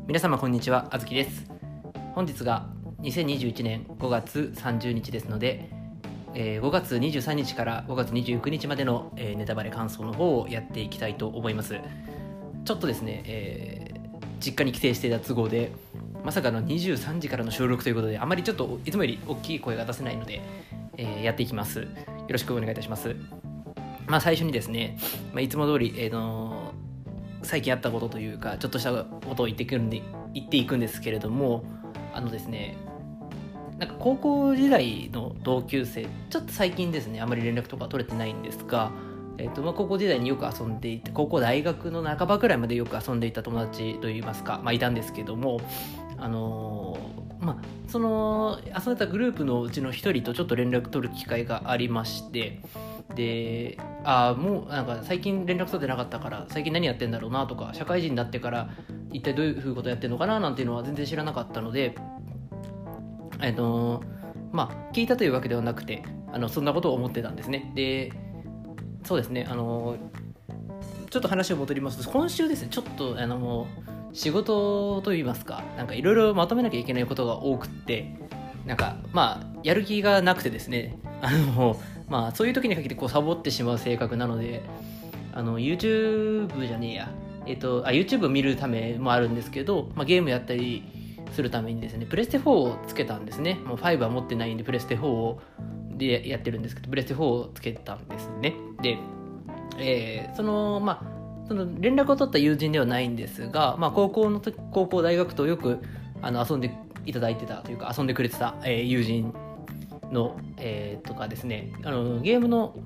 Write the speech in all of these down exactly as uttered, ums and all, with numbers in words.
皆様こんにちは、あずきです。本日がにせんにじゅういちねんごがつさんじゅうにちですので、えー、ごがつにじゅうさんにちからごがつにじゅうくにちまでの、えー、ネタバレ感想の方をやっていきたいと思います。ちょっとですね、えー、実家に帰省していた都合でまさかのにじゅうさんじからの収録ということで、あまりちょっといつもより大きい声が出せないので、えー、やっていきます。よろしくお願いいたします。まあ最初にですね、まあ、いつも通り、えーのー最近あったことというか、ちょっとしたことを言ってくるんで言っていくんですけれども、あのですね、なんか高校時代の同級生、ちょっと最近ですね、あまり連絡とか取れてないんですが、えーとまあ、高校時代によく遊んでいて、高校大学の半ばくらいまでよく遊んでいた友達といいますか、まあ、いたんですけども、あのー、まあその遊んでたグループのうちの一人とちょっと連絡取る機会がありまして、で、あもうなんか最近連絡取ってなかったから最近何やってんだろうなとか、社会人になってから一体どういうことやってんのかななんていうのは全然知らなかったので、えっとまあ聞いたというわけではなくて、あのそんなことを思ってたんですね。で、そうですね、あのちょっと話を戻りますと、今週ですね、ちょっとあの仕事といいますか、なんかいろいろまとめなきゃいけないことが多くって、なんかまあやる気がなくてですね、あのまあそういう時に限ってこうサボってしまう性格なので、あの YouTube じゃねえやえっとあ YouTube を見るためもあるんですけど、まあ、ゲームやったりするためにですね、プレステフォーをつけたんですね。もうファイブは持ってないんでプレステフォーをでやってるんですけど、プレステフォーをつけたんですね。で、えー、そのまあその連絡を取った友人ではないんですが、まあ、高校の時高校大学とよくあの遊んでいただいてたというか遊んでくれてた、えー、友人の、えー、とかですね、あのゲームの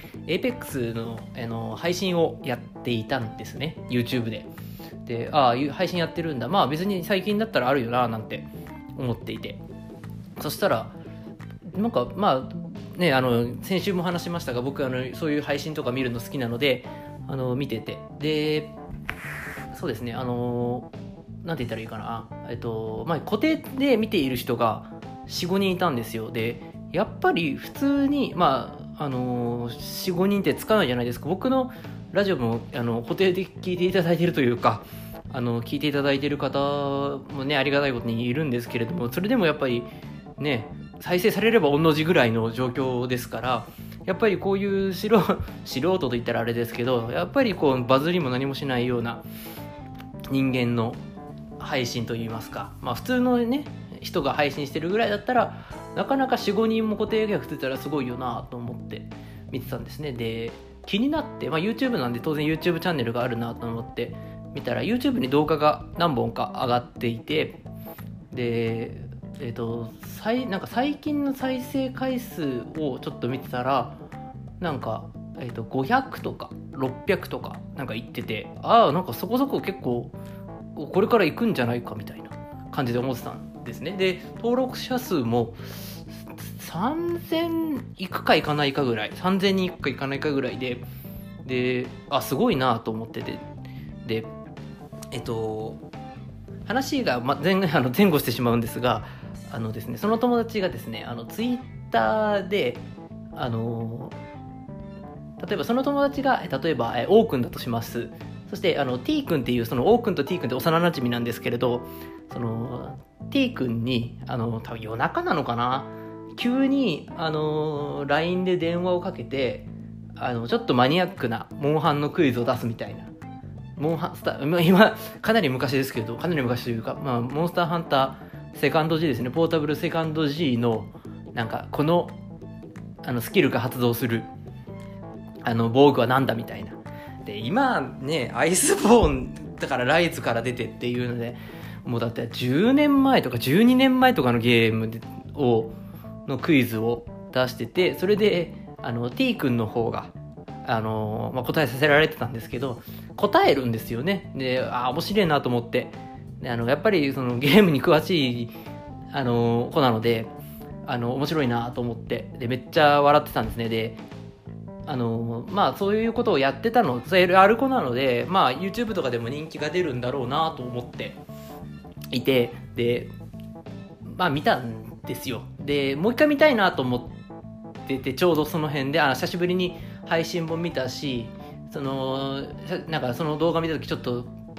Apex の、あの配信をやっていたんですね、 YouTube で。で、ああ配信やってるんだ、まあ別に最近だったらあるよななんて思っていて、そしたらなんかまあね、あの先週も話しましたが、僕あのそういう配信とか見るの好きなので、あの見てて、でそうですね、あのなんて言ったらいいかな、えっとまあ固定で見ている人が よん,ご 人いたんですよ。でやっぱり普通にまああの よん,ご 人ってつかないじゃないですか。僕のラジオもあの固定で聞いていただいているというか、あの聞いていただいている方もね、ありがたいことにいるんですけれども、それでもやっぱりね、再生されれば同じぐらいの状況ですから、やっぱりこういう素人素人と言ったらあれですけど、やっぱりこうバズりも何もしないような人間の配信といいますか、まあ普通のね人が配信してるぐらいだったら、なかなか よん,ご 人も固定予約してたらすごいよなと思って見てたんですね。で気になって、まあ、YouTube なんで当然 YouTube チャンネルがあるなと思って見たら、 YouTube に動画が何本か上がっていて、でえーと、なんか最近の再生回数をちょっと見てたら、なんか、えーと、ごひゃくとかろっぴゃくとかなんか言ってて、ああなんかそこそこ結構これから行くんじゃないかみたいな感じで思ってたんですね。で登録者数もさんぜんいくかいかないかぐらい、さんぜんにんいくかいかないかぐらいで、であすごいなと思ってて、でえっと話が前あの前後してしまうんですが、あのですね、その友達がですね、あのツイッターで、あの例えばその友達が例えばオーくんだとします。そしてあの T 君っていう、その O 君と T 君って幼馴染なんですけれど、その T 君にあの多分夜中なのかな、急にあの ライン で電話をかけて、あのちょっとマニアックなモンハンのクイズを出すみたいな。モンハンスタ今かなり昔ですけど、かなり昔というか、まあ、モンスターハンターセカンド G ですね、ポータブルセカンド G のなんかこのあのスキルが発動するあの防具はなんだみたいな。で今ね、アイスボーンだからライズから出てっていうので、もうだってじゅうねんまえとかじゅうにねんまえとかのゲームをのクイズを出してて、それであの T 君の方があの、まあ、答えさせられてたんですけど、答えるんですよね。で、あ面白いなと思って、であのやっぱりそのゲームに詳しいあの子なので、あの面白いなと思って、でめっちゃ笑ってたんですね。であのまあそういうことをやってたの、それある子なので、まあ YouTube とかでも人気が出るんだろうなと思っていて、でまあ見たんですよ。でもう一回見たいなと思ってて、ちょうどその辺であ久しぶりに配信も見たし、そのなんかその動画見た時ちょっと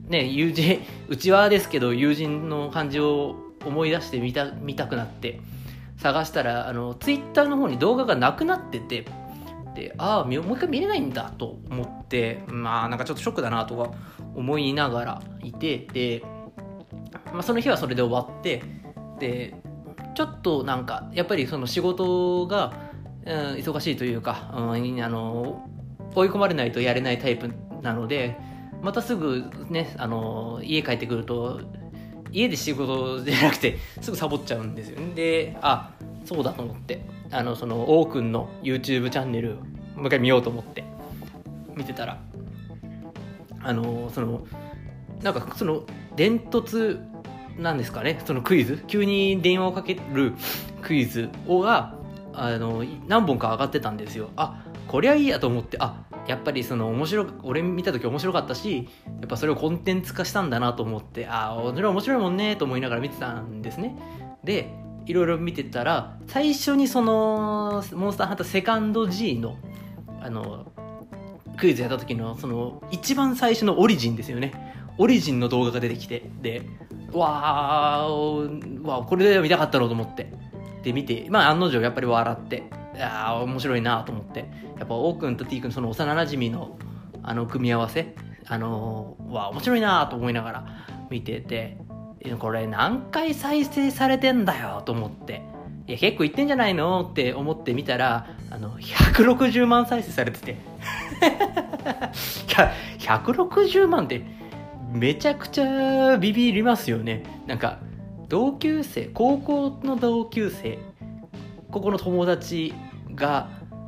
ね友人うちはですけど友人の感じを思い出してみた見たくなって探したら、あのツイッターの方に動画がなくなってて、でああもう一回見れないんだと思って、まあなんかちょっとショックだなとか思いながらいて、で、まあ、その日はそれで終わって、でちょっとなんかやっぱりその仕事が、うん、忙しいというか、うん、あの追い込まれないとやれないタイプなので、またすぐねあの家帰ってくると家で仕事じゃなくてすぐサボっちゃうんですよね。で、あ、そうだと思って、あのその王くんの YouTube チャンネルもう一回見ようと思って見てたら、あのそのなんかその伝突なんですかね、そのクイズ、急に電話をかけるクイズをがあの何本か上がってたんですよ。あ、こりゃいいやと思って、あ、やっぱりその面白俺見た時面白かったし、やっぱそれをコンテンツ化したんだなと思って、ああそれは面白いもんねと思いながら見てたんですね。でいろいろ見てたら、最初にそのモンスターハンターセカンド G のあのクイズやった時のその一番最初のオリジンですよね。オリジンの動画が出てきて、でわーわーこれで見たかったのと思って、で見て、まあ案の定やっぱり笑って、あー面白いなと思って、やっぱ O 君と T 君その幼馴染のあの組み合わせ、あのー、わー面白いなと思いながら見てて、これ何回再生されてんだよと思って、いや結構いってんじゃないのって思ってみたら、あのひゃくろくじゅうまん再生されててひゃくろくじゅうまんってめちゃくちゃビビりますよね。なんか同級生、高校の同級生、ここの友達が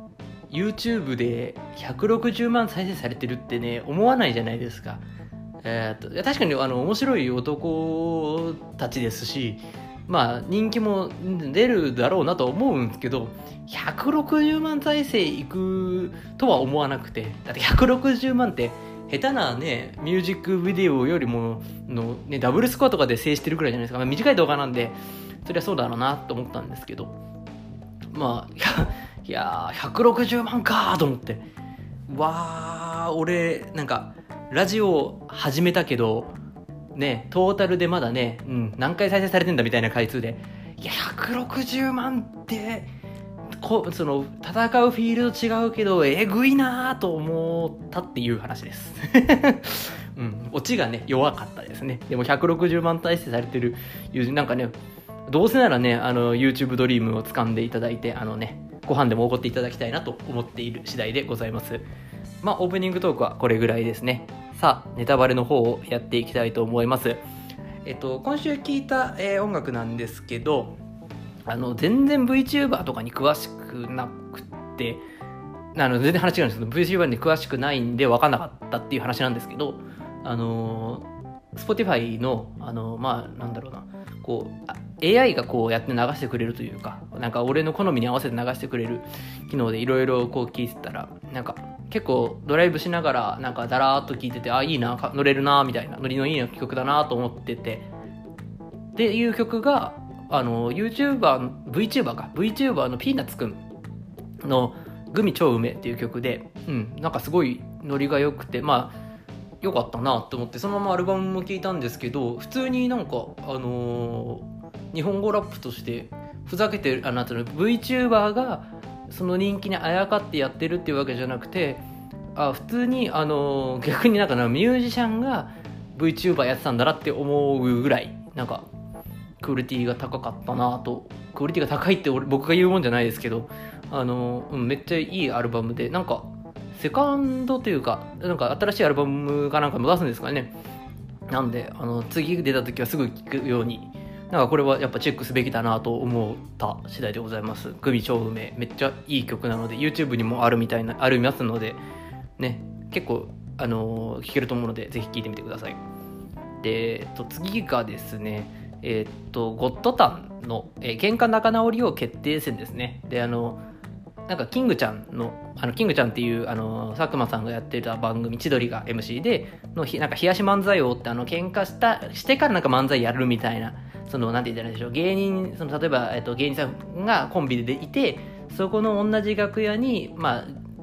YouTube でひゃくろくじゅうまん再生されてるってね、思わないじゃないですか。えー、っと確かにあの面白い男たちですし、まあ人気も出るだろうなと思うんですけど、ひゃくろくじゅうまん再生いくとは思わなくて、だってひゃくろくじゅうまんって下手なねミュージックビデオよりもの、ね、ダブルスコアとかで制してるくらいじゃないですか。まあ、短い動画なんでそりゃそうだろうなと思ったんですけど、まあいやひゃくろくじゅうまんかと思って、わー俺なんかラジオ始めたけどね、トータルでまだね、うん、何回再生されてんだみたいな回数で、いやひゃくろくじゅうまんってこその戦うフィールド違うけどえぐいなと思ったっていう話です、うん、オチがね弱かったですね。でもひゃくろくじゅうまん再生されてる友人なんかね、どうせならねあの YouTube ドリームを掴んでいただいて、あのねご飯でもおごっていただきたいなと思っている次第でございます。まあオープニングトークはこれぐらいですね。さあネタバレの方をやっていきたいと思います。えっと今週聴いた、えー、音楽なんですけど、あの全然 VTuber とかに詳しくなくて、あの全然話違うんですけど VTuber に詳しくないんで分かんなかったっていう話なんですけど、あの Spotify のあのまあなんだろうな、こう エーアイ がこうやって流してくれるというか、なんか俺の好みに合わせて流してくれる機能でいろいろこう聞いてたら、なんか結構ドライブしながらなんかだらーっと聞いてて、あいいな乗れるなみたいな、ノリのいい曲だなと思ってて、っていう曲があの YouTuber VTuber か VTuber のピーナッツくんのグミ超うめっていう曲で、うん、なんかすごいノリが良くて、まあ良かったなと思ってそのままアルバムも聴いたんですけど、普通になんかあのー、日本語ラップとしてふざけてる、あなんていうの VTuber がその人気にあやかってやってるっていうわけじゃなくて、あ普通にあのー、逆になんかなミュージシャンが VTuber やってたんだなって思うぐらいなんかクオリティが高かったなと。クオリティが高いって俺僕が言うもんじゃないですけど、あのー、めっちゃいいアルバムで、なんかセカンドというかなんか新しいアルバムかなんかも出すんですかね。なんであの次出た時はすぐ聴くように、なんかこれはやっぱチェックすべきだなと思った次第でございます。グミ超うめ、めっちゃいい曲なので YouTube にもあるみたいなありますのでね、結構あの聴けると思うのでぜひ聴いてみてください。で、えっと、次がですね、えっとゴッドタンの、えー、喧嘩仲直りを決定戦ですね。であのなんかキングちゃんのあのキングちゃんっていうあの佐久間さんがやってた番組千鳥が エムシー でのなんか冷やし漫才王ってあの喧嘩したしてからなんか漫才やるみたいな、そのなんて言ったらいいんでしょう、芸人その例えば、えっと、芸人さんがコンビでいてそこの同じ楽屋にまあ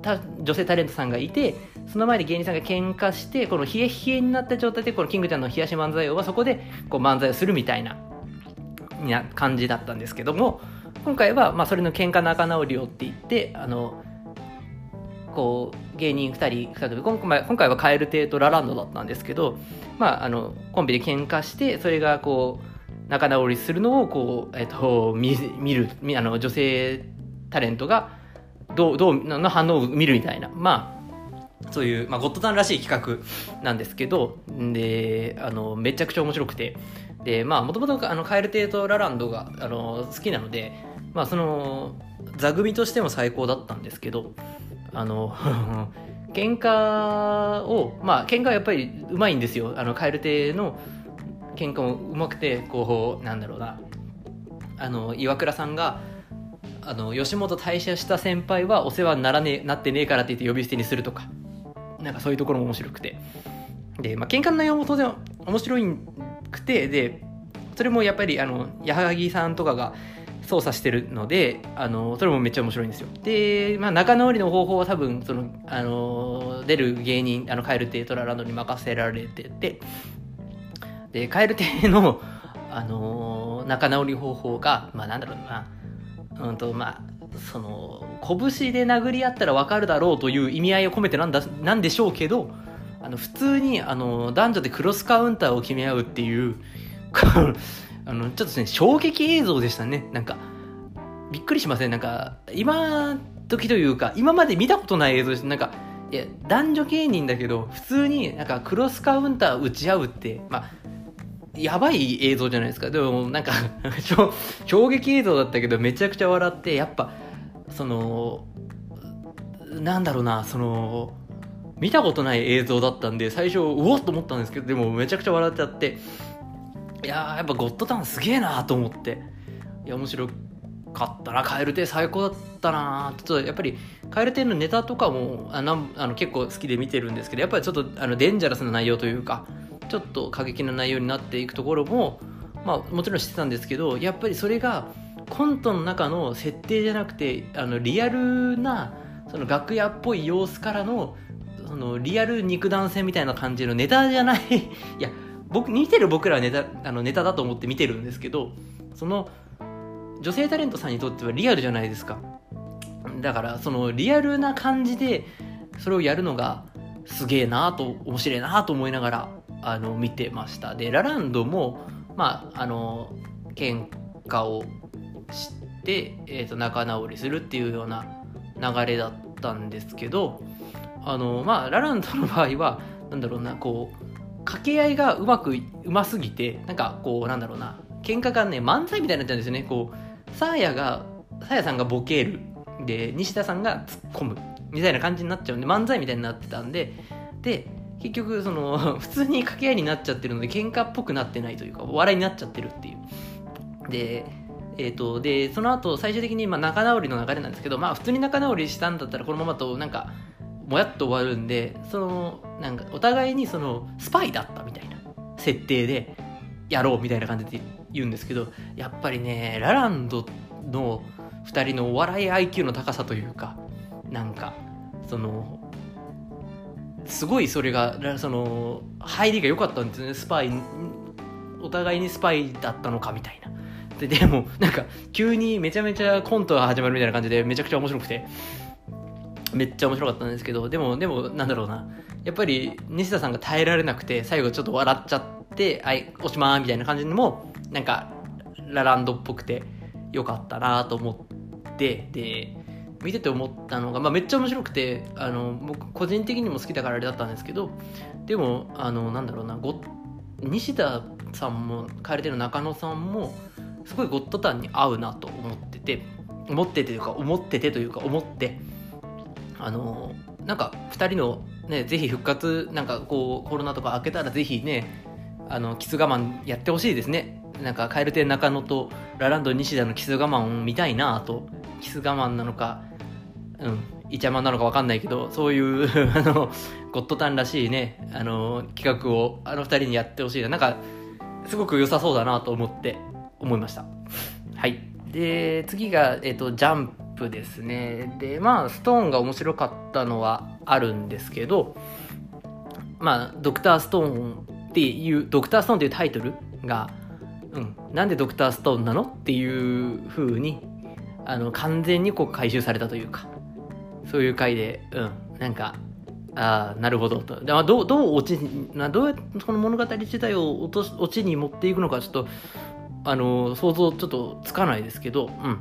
女性タレントさんがいて、その前に芸人さんが喧嘩して、この冷え冷えになった状態でこのキングちゃんの冷やし漫才王はそこでこう漫才をするみたいな感じだったんですけども、今回はまあそれの喧嘩仲直りをって言って、あのこう芸人ふたりふたり今回今回は蛙亭とラランドだったんですけど、まああのコンビで喧嘩して、それがこう仲直りするのをこうえっと見見るあの女性タレントがどうどうの反応を見るみたいな、まあそういう、まあ、ゴッドタンらしい企画なんですけど、であのめちゃくちゃ面白くて、でまあもともと蛙亭とラランドがあの好きなので、まあその座組としても最高だったんですけど、あの喧嘩をまあ喧嘩はやっぱりうまいんですよ。あの蛙亭の喧嘩もうまくて、こうなんだろうな、あの岩倉さんがあの吉本退社した先輩はお世話にならねえなってねえからって言って呼び捨てにするとか、なんかそういうところも面白くて、でまあ喧嘩の内容も当然面白くて、でそれもやっぱりあの矢作さんとかが操作してるので、あのそれもめっちゃ面白いんですよ。で、まあ、仲直りの方法は多分そのあの出る芸人あの蛙亭トラランドに任せられてて、で蛙亭のあの仲直り方法がまあなんだろうな、うんとまあその拳で殴り合ったら分かるだろうという意味合いを込めてなんだなんでしょうけど、あの普通にあの男女でクロスカウンターを決め合うっていうあのちょっとね衝撃映像でしたね。なんかびっくりしません？なんか今時というか今まで見たことない映像です。なんかいや男女芸人だけど普通になんかクロスカウンター打ち合うって、まあやばい映像じゃないですか。でもなんか衝撃映像だったけどめちゃくちゃ笑って、やっぱそのなんだろうな、その見たことない映像だったんで最初うおっと思ったんですけど、でもめちゃくちゃ笑っちゃって、いやーやっぱゴッドタンすげえなと思って、いや面白かったな。蛙亭最高だったな。ちょっとやっぱり蛙亭のネタとかもあなんあの結構好きで見てるんですけど、やっぱりちょっとあのデンジャラスな内容というかちょっと過激な内容になっていくところも、まあ、もちろん知ってたんですけど、やっぱりそれがコントの中の設定じゃなくて、あのリアルなその楽屋っぽい様子からのそのリアル肉弾戦みたいな感じのネタじゃないいや僕見てる僕らはネタあのネタだと思って見てるんですけど、その女性タレントさんにとってはリアルじゃないですか。だからそのリアルな感じでそれをやるのがすげえなと面白いなと思いながらあの見てました。でラランドもまああの喧嘩をして、えー、と仲直りするっていうような流れだったんですけど、あのまあラランドの場合はなんだろうな、こう掛け合いがうまくうますぎて、なんかこうなんだろうな、喧嘩がね漫才みたいになっちゃうんですよね。こうサーヤがサーヤさんがボケるで西田さんが突っ込むみたいな感じになっちゃうんで、漫才みたいになってたんで、で結局その普通に掛け合いになっちゃってるので喧嘩っぽくなってないというか笑いになっちゃってるっていうで、えー、とでその後最終的にまあ仲直りの流れなんですけど、まあ普通に仲直りしたんだったらこのままとなんかもやっと終わるんで、そのなんかお互いにそのスパイだったみたいな設定でやろうみたいな感じで言うんですけど、やっぱりねラランドのふたりのお笑い アイキュー の高さというか、なんかそのすごいそれがその入りが良かったんですよね。スパイお互いにスパイだったのかみたいな。で, でもなんか急にめちゃめちゃコントが始まるみたいな感じでめちゃくちゃ面白くてめっちゃ面白かったんですけど、でもでもなんだろうな、やっぱり西田さんが耐えられなくて最後ちょっと笑っちゃってはいおしまーみたいな感じにもなんかラランドっぽくて良かったなと思って、で見てて思ったのが、まあ、めっちゃ面白くて、あの僕個人的にも好きだからあれだったんですけど、でもあのなんだろうな、ご西田さんも蛙亭の中野さんもすごいゴッドタンに合うなと思ってて思っててというか思っててというか思ってあのなんかふたりのねぜひ復活なんかこうコロナとか明けたらぜひねあのキス我慢やってほしいですね。なんか蛙亭中野とラランド西田のキス我慢を見たいなと。キス我慢なのかうんイチャマンなのか分かんないけど、そういうあのゴッドタンらしいねあの企画をあのふたりにやってほしいな。なんかすごく良さそうだなと思って思いました。はい。で次が、えーと、ジャンプですね。でまあストーンが面白かったのはあるんですけど、まあドクターストーンっていうドクターストーンっていうタイトルが、うん、なんでドクターストーンなのっていう風にあの完全にこう回収されたというか、そういう回で、うん、なんかああなるほどと。で、まあ、どうどう落ちなどうやってこの物語自体を落とし落ちに持っていくのかちょっとあの想像ちょっとつかないですけど、うん、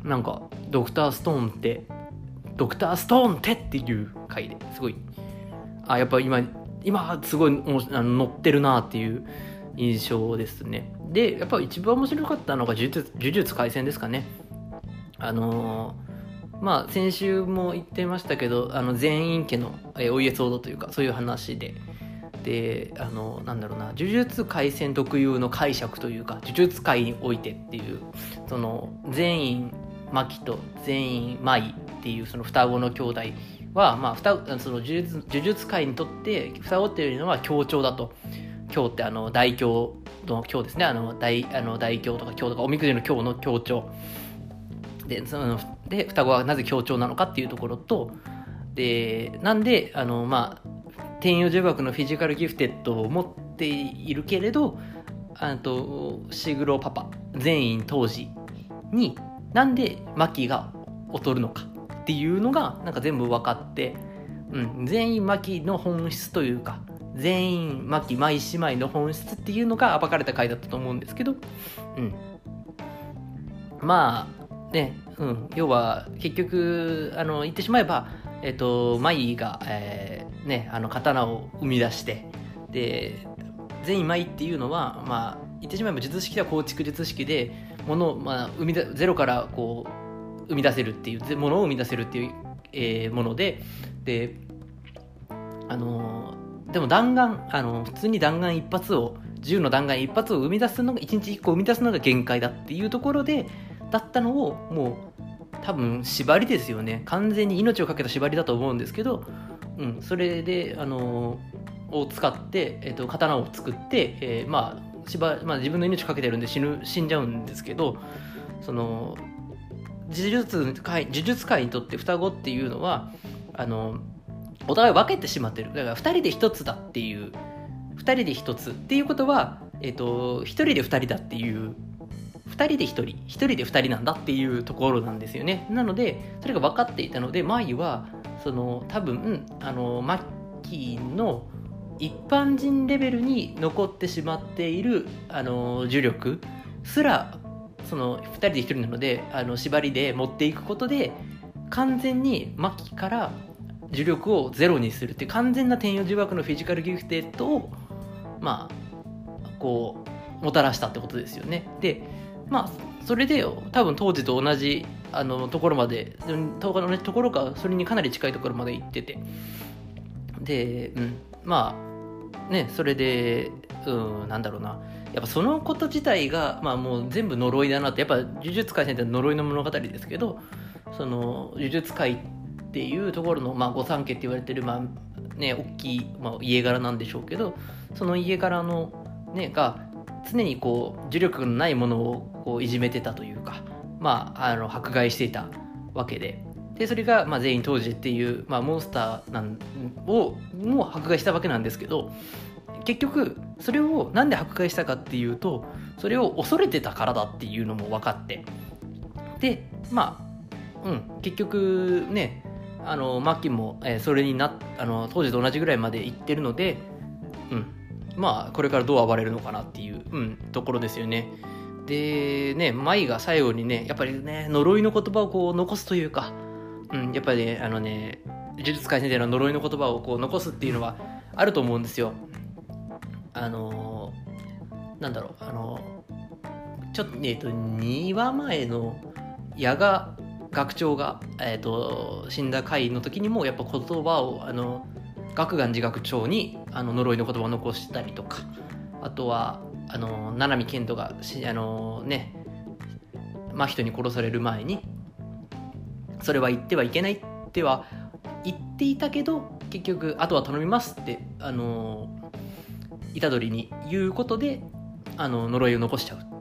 なんかドクターストーンってドクターストーンってっていう回ですごい、あやっぱ今今すごいあの乗ってるなっていう印象ですね。でやっぱ一番面白かったのが呪術呪術廻戦ですかね。あのー、まあ先週も言ってましたけど、あの全員家の、えー、お家騒動というかそういう話で、であのなんだろうな、呪術廻戦特有の解釈というか、呪術界においてっていうその全員マキと全員マイっていうその双子の兄弟は、まあ、双その呪術、呪術界にとって双子っていうのは協調だと。協ってあの大協の協ですね。あの 大, あの大協とか協とかおみくじの協の協調で、そので双子はなぜ協調なのかっていうところと、でなんであのまあ天陽呪縛のフィジカルギフテッドを持っているけれど、あとシグロパパ全員当時になんでマキが劣るのかっていうのがなんか全部分かって、うん、全員マキの本質というか全員マキマイ姉妹の本質っていうのが暴かれた回だったと思うんですけど、うん、まあね、うん、要は結局あの言ってしまえば、えっと、マイが、えーね、あの刀を生み出して、で全員マイっていうのは、まあ、言ってしまえば術式では構築術式で物を、まあ、生みだゼロからこう生み出せるっていうものを生み出せるっていう、えー、もので、であのでも弾丸あの普通に弾丸一発を銃の弾丸一発を生み出すのがいちにちいっこ生み出すのが限界だっていうところでだったのを、もう多分縛りですよね。完全に命をかけた縛りだと思うんですけど、うん、それであのを使って、えー、と刀を作って、えーまあ縛まあ、自分の命をかけてるんで死ぬ死んじゃうんですけど、その呪術界呪術界にとって双子っていうのはあのお互い分けてしまってる。だからふたりでひとつだっていう、ふたりでひとつっていうことは、えー、とひとりでふたりだっていう、ふたりでひとり、ひとりでふたりなんだっていうところなんですよね。なのでそれが分かっていたので、マイはその多分あのマッキーの一般人レベルに残ってしまっているあの呪力すらそのふたりでひとりなので、あの縛りで持っていくことで完全にマキから呪力をゼロにするっていう完全な天陽呪縛のフィジカルギフテッドをまあこうもたらしたってことですよね。でまあそれで多分当時と同じあのところまで同じところかそれにかなり近いところまで行ってて、で、うん、まあねそれで、うん、なんだろうな、やっぱそのこと自体がまあもう全部呪いだなって、やっぱ呪術廻戦って呪いの物語ですけど、その呪術界っていうところの、まあ、御三家って言われてる、まあね、大きい、まあ、家柄なんでしょうけど、その家柄の、ね、が常にこう呪力のないものをこういじめてたというか、まあ、あの迫害していたわけで、でそれが、まあ、全員当時っていう、まあ、モンスターなんをも迫害したわけなんですけど、結局それをなんで迫害したかっていうと、それを恐れてたからだっていうのも分かって、でまあうん結局ね、あのマッキンも、えー、それになあの当時と同じぐらいまで行ってるので、うんまあこれからどう暴れるのかなっていう、うん、ところですよね。でね、マイが最後にねやっぱりね呪いの言葉をこう残すというか、うん、やっぱりねあのね呪術廻戦での呪いの言葉をこう残すっていうのはあると思うんですよ。あのー、なんだろうあのー、ちょっとえっ、ー、とにわまえの矢賀学長が、えー、と死んだ回の時にもやっぱ言葉をあの学願寺学長にあの呪いの言葉を残したりとか、あとはあの七海賢人がしあのね真人に殺される前にそれは言ってはいけないっては言っていたけど、結局あとは頼みますってあの虎杖に言うことであの呪いを残しちゃうとか、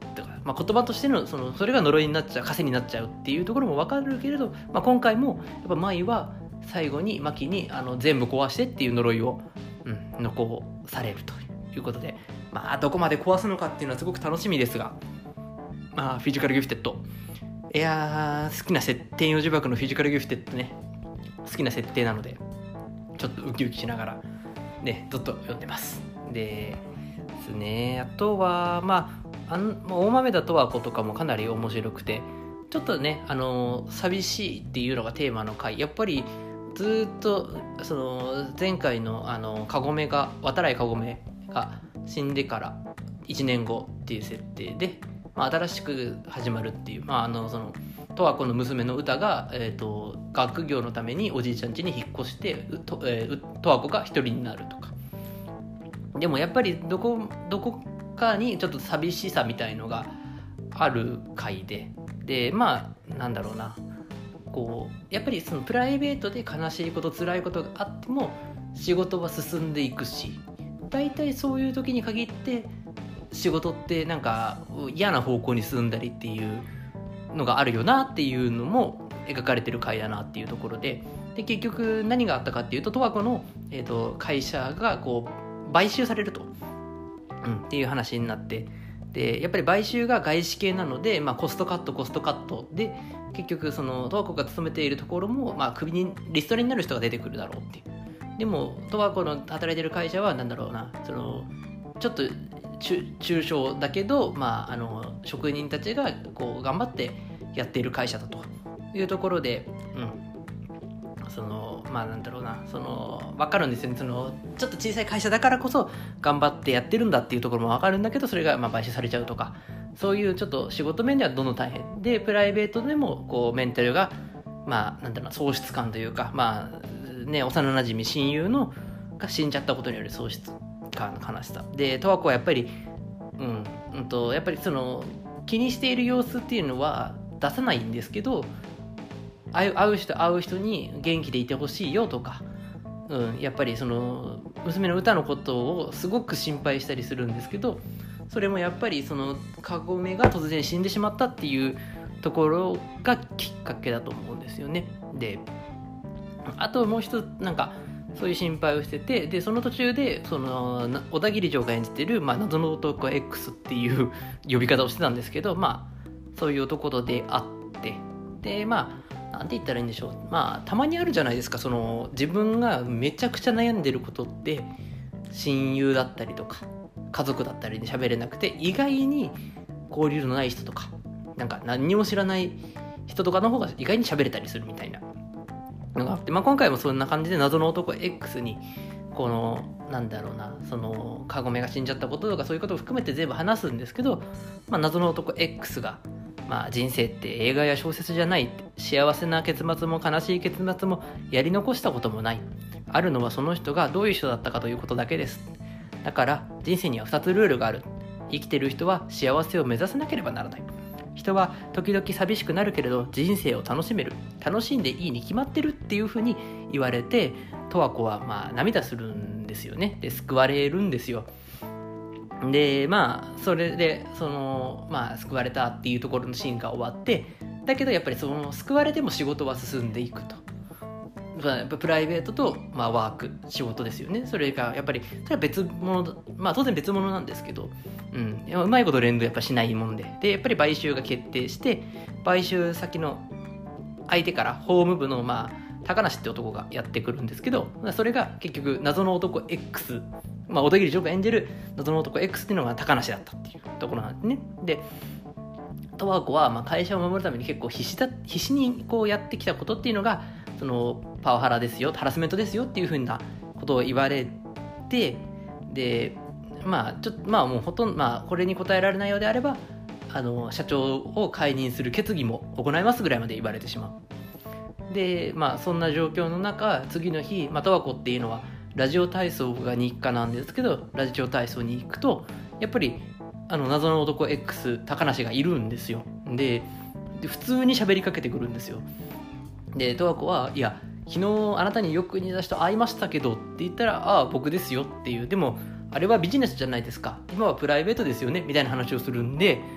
まあ、言葉としての、そのそれが呪いになっちゃう、枷になっちゃうっていうところも分かるけれど、まあ、今回もやっぱ舞は最後にマキにあの全部壊してっていう呪いを、うん、残されるということで、まあ、どこまで壊すのかっていうのはすごく楽しみですが、まあ、フィジカルギフテッド、いやー好きな設定の呪縛のフィジカルギフテッドね、好きな設定なのでちょっとウキウキしながらねずっと読んでますでですね。あとはまあ、あん大豆田とわ子とかもかなり面白くて、ちょっとねあの寂しいっていうのがテーマの回、やっぱりずっとその前回のあのカゴメが渡来カゴメが死んでからいちねんごっていう設定で、まあ、新しく始まるっていう、まあ、あのその十和子の娘の歌が、えー、と学業のためにおじいちゃん家に引っ越してと、えー、十和子が一人になるとか。でもやっぱりどこどこかにちょっと寂しさみたいのがある回で、でまあなんだろうな、こうやっぱりそのプライベートで悲しいこと辛いことがあっても仕事は進んでいくし、大体そういう時に限って仕事ってなんか嫌な方向に進んだりっていうのがあるよなっていうのも描かれてる回だなっていうところで、で結局何があったかっていうと、十和子の、えーと、会社がこう買収されると、うん、っていう話になって、でやっぱり買収が外資系なので、まあ、コストカットコストカットで結局その十和子が勤めているところも、まあ、クビにリストラになる人が出てくるだろうっていう。でも十和子の働いてる会社はなんだろうな、そのちょっと中, 中小だけど、まあ、あの職人たちがこう頑張ってやっている会社だというところで、うん、そのまあなんだろうな、その分かるんですよね。そのちょっと小さい会社だからこそ頑張ってやってるんだっていうところも分かるんだけど、それがまあ買収されちゃうとか、そういうちょっと仕事面ではどんどん大変で、プライベートでもこうメンタルがまあなんだろうな、喪失感というか、まあね、幼なじみ親友のが死んじゃったことによる喪失感の悲しさで、十和子はやっぱりうん、うんとやっぱりその気にしている様子っていうのは出さないんですけど、会う会う人会う人に元気でいてほしいよとか、うん、やっぱりその娘の歌のことをすごく心配したりするんですけど、それもやっぱりそのカゴメが突然死んでしまったっていうところがきっかけだと思うんですよね。であともう一つなんかそういう心配をしてて、でその途中でその小田切城が演じてる、まあ、謎の男 X っていう呼び方をしてたんですけど、まあそういう男と出会って、でまあなんて言ったらいいんでしょう、まあたまにあるじゃないですか、その自分がめちゃくちゃ悩んでることって親友だったりとか家族だったりで喋れなくて、意外に交流のない人とかなんか何にも知らない人とかの方が意外に喋れたりするみたいなのがあって、まあ、今回もそんな感じで謎の男 X にこのなんだろうな、そのカゴメが死んじゃったこととかそういうことを含めて全部話すんですけど、まあ、謎の男 X が、まあ、人生って映画や小説じゃない、幸せな結末も悲しい結末もやり残したこともない、あるのはその人がどういう人だったかということだけです。だから人生にはふたつルールがある。生きてる人は幸せを目指さなければならない。人は時々寂しくなるけれど人生を楽しめる、楽しんでいいに決まってるっていう風に言われて、十和子はまあ涙するんですよね。で救われるんですよ。でまあそれでそのまあ救われたっていうところのシーンが終わって、だけどやっぱりその救われても仕事は進んでいくと。プライベートと、まあ、ワーク仕事ですよね。それがやっぱりそれは別物、まあ当然別物なんですけど、うん、うまいこと連動やっぱしないもんで、でやっぱり買収が決定して、買収先の相手から法務部のまあ高梨って男がやってくるんですけど、それが結局謎の男 X、まあ小田切城が演じる謎の男 X っていうのが高梨だったっていうところなんですね。で十和子はまあ会社を守るために結構必死だ必死にこうやってきたことっていうのがそのパワハラですよ、ハラスメントですよっていう風なことを言われて、でまあちょっとまあもうほとんどまあこれに答えられないようであればあの社長を解任する決議も行いますぐらいまで言われてしまう。でまあそんな状況の中、次の日、まあ、十和子っていうのはラジオ体操が日課なんですけど、ラジオ体操に行くとやっぱりあの謎の男 X 高梨がいるんですよ。でで普通に喋りかけてくるんですよ。で十和子はいや昨日あなたによく似た人会いましたけどって言ったら、ああ僕ですよっていう、でもあれはビジネスじゃないですか、今はプライベートですよねみたいな話をするんで、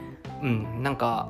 うんなんか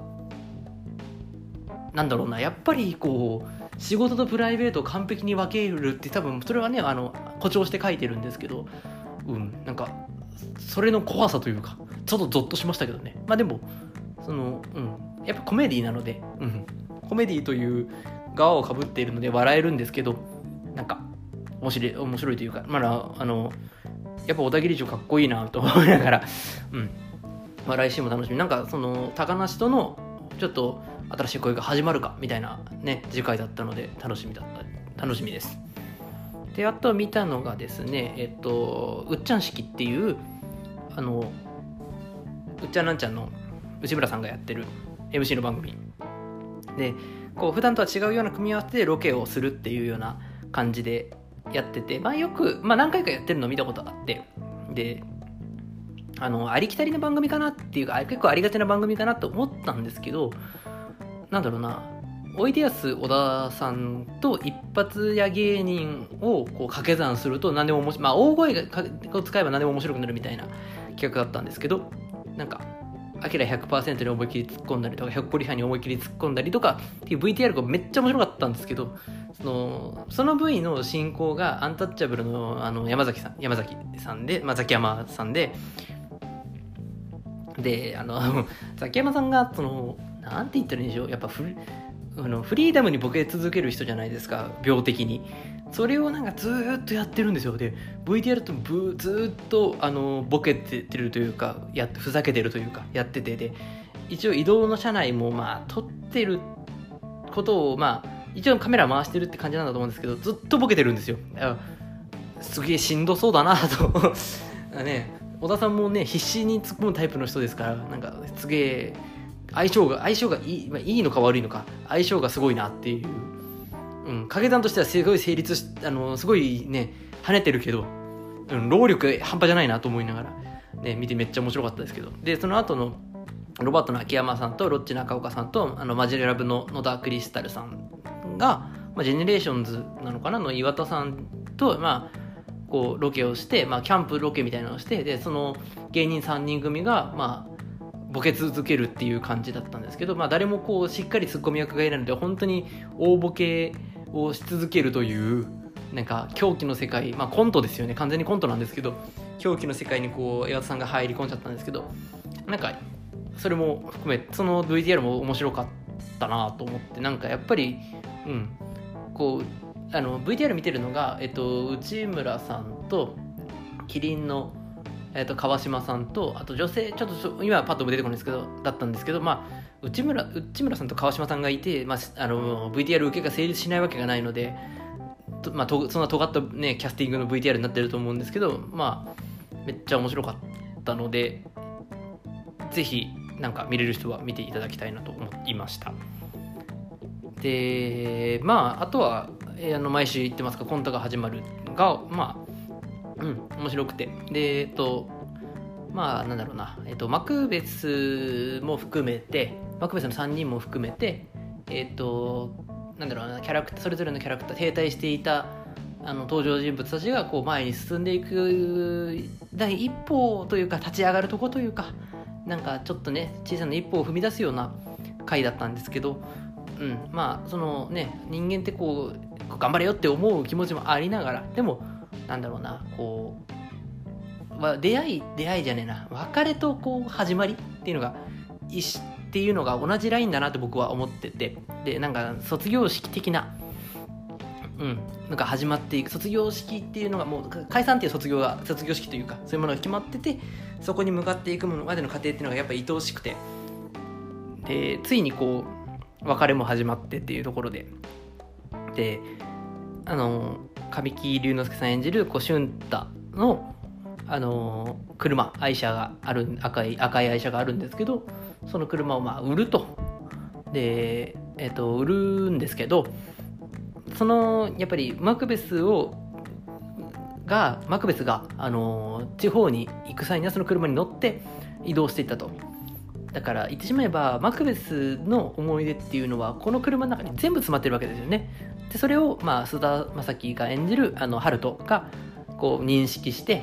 なんだろうなやっぱりこう仕事とプライベートを完璧に分けるって多分それはねあの誇張して書いてるんですけど、うんなんかそれの怖さというかちょっとゾッとしましたけどね。まあでもそのうんやっぱコメディなので、うん、コメディという側をかぶっているので笑えるんですけど、なんか面白い面白いというか、まああのやっぱ小田切城かっこいいなと思いながら、うんまあ、来週も楽しみ。なんかその高梨とのちょっと新しい恋が始まるかみたいなね次回だったので楽しみだった楽しみです。であと見たのがですねえっとうっちゃん式っていうあのうっちゃんなんちゃんの内村さんがやってる エムシー の番組で、こう普段とは違うような組み合わせでロケをするっていうような感じでやってて、まあよく、まあ、何回かやってるのを見たことがあって、であのありきたりな番組かなっていうか結構ありがちな番組かなと思ったんですけど、なんだろうなおいでやす小田さんと一発屋芸人をこう掛け算すると何でも面白い、まあ大声を使えば何でも面白くなるみたいな企画だったんですけど、なんかアキラ ひゃくパーセント に思いっきり突っ込んだりとかひょっこりはんに思いっきり突っ込んだりとかっていう ブイティーアール がめっちゃ面白かったんですけど、そのその V の進行がアンタッチャブル の, あの山崎さん山崎さんで、まあ、ザキヤマさんでであのザキヤマさんがそのなんて言ったらいいんでしょう、やっぱフあのフリーダムにボケ続ける人じゃないですか、病的に。それをなんかずーっとやってるんですよ。で ブイティーアール とブずーっとあのボケてるというかやふざけてるというかやってて、で一応移動の車内もまあ撮ってることをまあ一応カメラ回してるって感じなんだと思うんですけど、ずっとボケてるんですよ。すげえしんどそうだなとね、小田さんもね必死に突っ込むタイプの人ですから、なんかすげえ相性が相性がいい、まあ、いいのか悪いのか相性がすごいなっていう、うん、掛け算としてはすごい成立しあのすごいね跳ねてるけど、うん、労力半端じゃないなと思いながら、ね、見てめっちゃ面白かったですけど、でその後のロバートの秋山さんとロッチ中岡さんとあのマジラブの野田クリスタルさんが、まあ、ジェネレーションズなのかなの岩田さんと、まあ、こうロケをして、まあ、キャンプロケみたいなのをして、でその芸人さんにん組が、まあ、ボケ続けるっていう感じだったんですけど、まあ、誰もこうしっかりツッコミ役がいないので本当に大ボケをし続けるというなんか狂気の世界、まあコントですよね、完全にコントなんですけど狂気の世界にこう岩田さんが入り込んじゃったんですけど、なんかそれも含めその ブイティーアール も面白かったなと思って、なんかやっぱりうんこうあの ブイティーアール 見てるのが、えっと、内村さんとキリンの、えっと、川島さんとあと女性ちょっと今はパッと出てこないんですけどだったんですけど、まあ内村内村さんと川島さんがいて、まあ、あの ブイティーアール 受けが成立しないわけがないので、まあ、とそんな尖った、ね、キャスティングの ブイティーアール になってると思うんですけど、まあめっちゃ面白かったのでぜひなんか見れる人は見ていただきたいなと思いました。でまああとは、えー、あの毎週言ってますがコントが始まるがまあうん面白くて、でえっとまあなんだろうな、えっとマクベスも含めてマクベスのさんにんも含めてえっとなんだろうなキャラクターそれぞれのキャラクター停滞していたあの登場人物たちがこう前に進んでいく第一歩というか立ち上がるとこというかなんかちょっとね小さな一歩を踏み出すような回だったんですけど、うん、まあそのね人間ってこう頑張れよって思う気持ちもありながら、でもなんだろうなこう出会い出会いじゃねえな別れとこう始まりっていうのが一っていうのが同じラインだなって僕は思ってて、でなんか卒業式的なうんなんか始まっていく卒業式っていうのがもう解散っていう卒業が卒業式というかそういうものが決まってて、そこに向かっていくまでの過程っていうのがやっぱり愛おしくて、でついにこう別れも始まってっていうところでであの神木隆之介さん演じるこう俊太のあの車愛車がある赤い赤い愛車があるんですけど、その車をまあ売るとでえっと売るんですけど、そのやっぱりマクベスをがマクベスがあの地方に行く際にはその車に乗って移動していったと。だから言ってしまえばマクベスの思い出っていうのはこの車の中に全部詰まってるわけですよね。でそれをまあ菅田将暉が演じるあのハルトがこう認識して、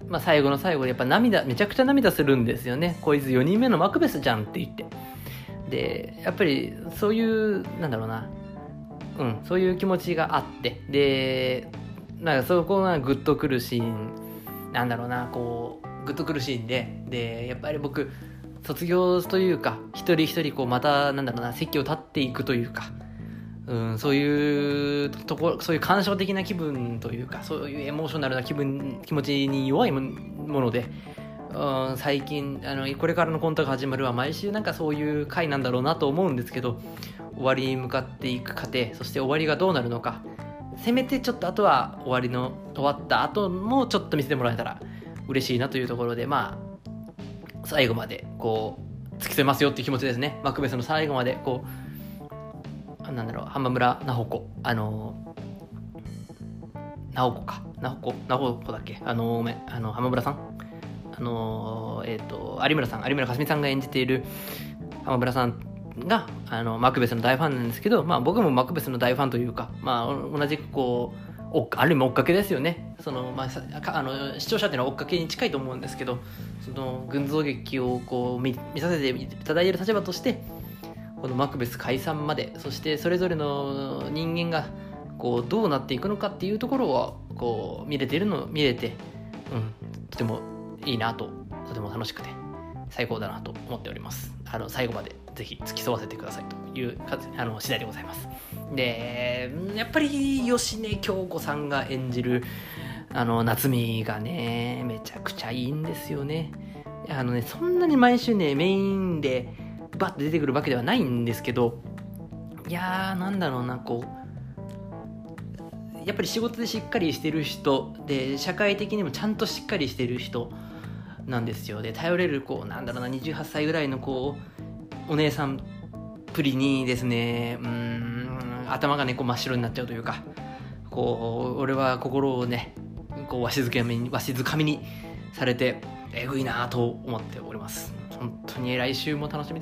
まあ、最後の最後でやっぱ涙めちゃくちゃ涙するんですよね。こいつよにんめのマクベスじゃんって言って、でやっぱりそういうなんだろうな、うん、そういう気持ちがあって、でなんかそこがグッとくるシーンなんだろうな、こうグッとくるシーンで、でやっぱり僕卒業というか一人一人こうまたなんだろうな席を立っていくというか、うん、そういうところ、そういう感傷的な気分というか、そういうエモーショナルな気分気持ちに弱いもので、うん、最近あのこれからのコントが始まるは毎週なんかそういう回なんだろうなと思うんですけど、終わりに向かっていく過程、そして終わりがどうなるのか、せめてちょっとあとは終わりの終わった後もちょっと見せてもらえたら嬉しいなというところで、まあ最後までこう突き詰めますよっていう気持ちですね。マクベスの最後までこうなんだろう、浜村奈穂子、あの直子か直子直子だっけ、あのごめん、あの浜村さん、あのえっ、ー、と有村さん有村架純さんが演じている浜村さんがあのマクベスの大ファンなんですけど、まあ僕もマクベスの大ファンというか、まあ同じくこうおある意味追っかけですよね。その、まあ、あの視聴者っていうのは追っかけに近いと思うんですけど、その群像劇をこう 見, 見させていただいている立場として、このマクベス解散まで、そしてそれぞれの人間がこうどうなっていくのかっていうところをこう見れているの見れて、うん、とてもいいなと、とても楽しくて最高だなと思っております。あの最後までぜひ付き添わせてくださいというあの次第でございます。でやっぱり芳根京子さんが演じるあの夏美がねめちゃくちゃいいんですよね。あのねそんなに毎週ねメインでバッと出てくるわけではないんですけど、いやーなんだろうな、こうやっぱり仕事でしっかりしてる人で、社会的にもちゃんとしっかりしてる人なんですよ。で頼れるこうなんだろうなにじゅうはっさいぐらいのこうお姉さんプリにですね、うーん頭がねこう真っ白になっちゃうというか、こう俺は心をねこうわしづかみにわしづかみにされてえぐいなと思っております。本当に来週も楽しみです。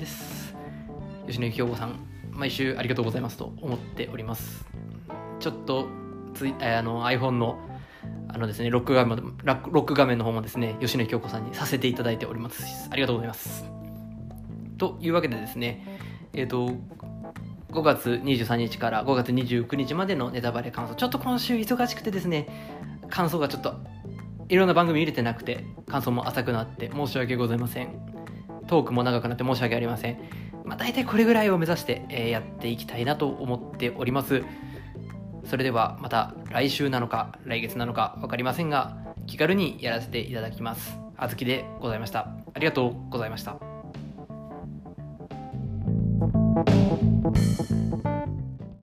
芳根京子さん毎週ありがとうございますと思っております。ちょっとついあの iPhone のあのですねロック画面ロック画面の方もですね芳根京子さんにさせていただいております。ありがとうございます。というわけでですね、えっとごがつにじゅうさんにちからごがつにじゅうくにちまでのネタバレ感想、ちょっと今週忙しくてですね、感想がちょっといろんな番組入れてなくて感想も浅くなって申し訳ございません。トークも長くなって申し訳ありません。まあ、大体これぐらいを目指して、えー、やっていきたいなと思っております。それではまた来週なのか来月なのか分かりませんが、気軽にやらせていただきます。あずきでございました。ありがとうございました。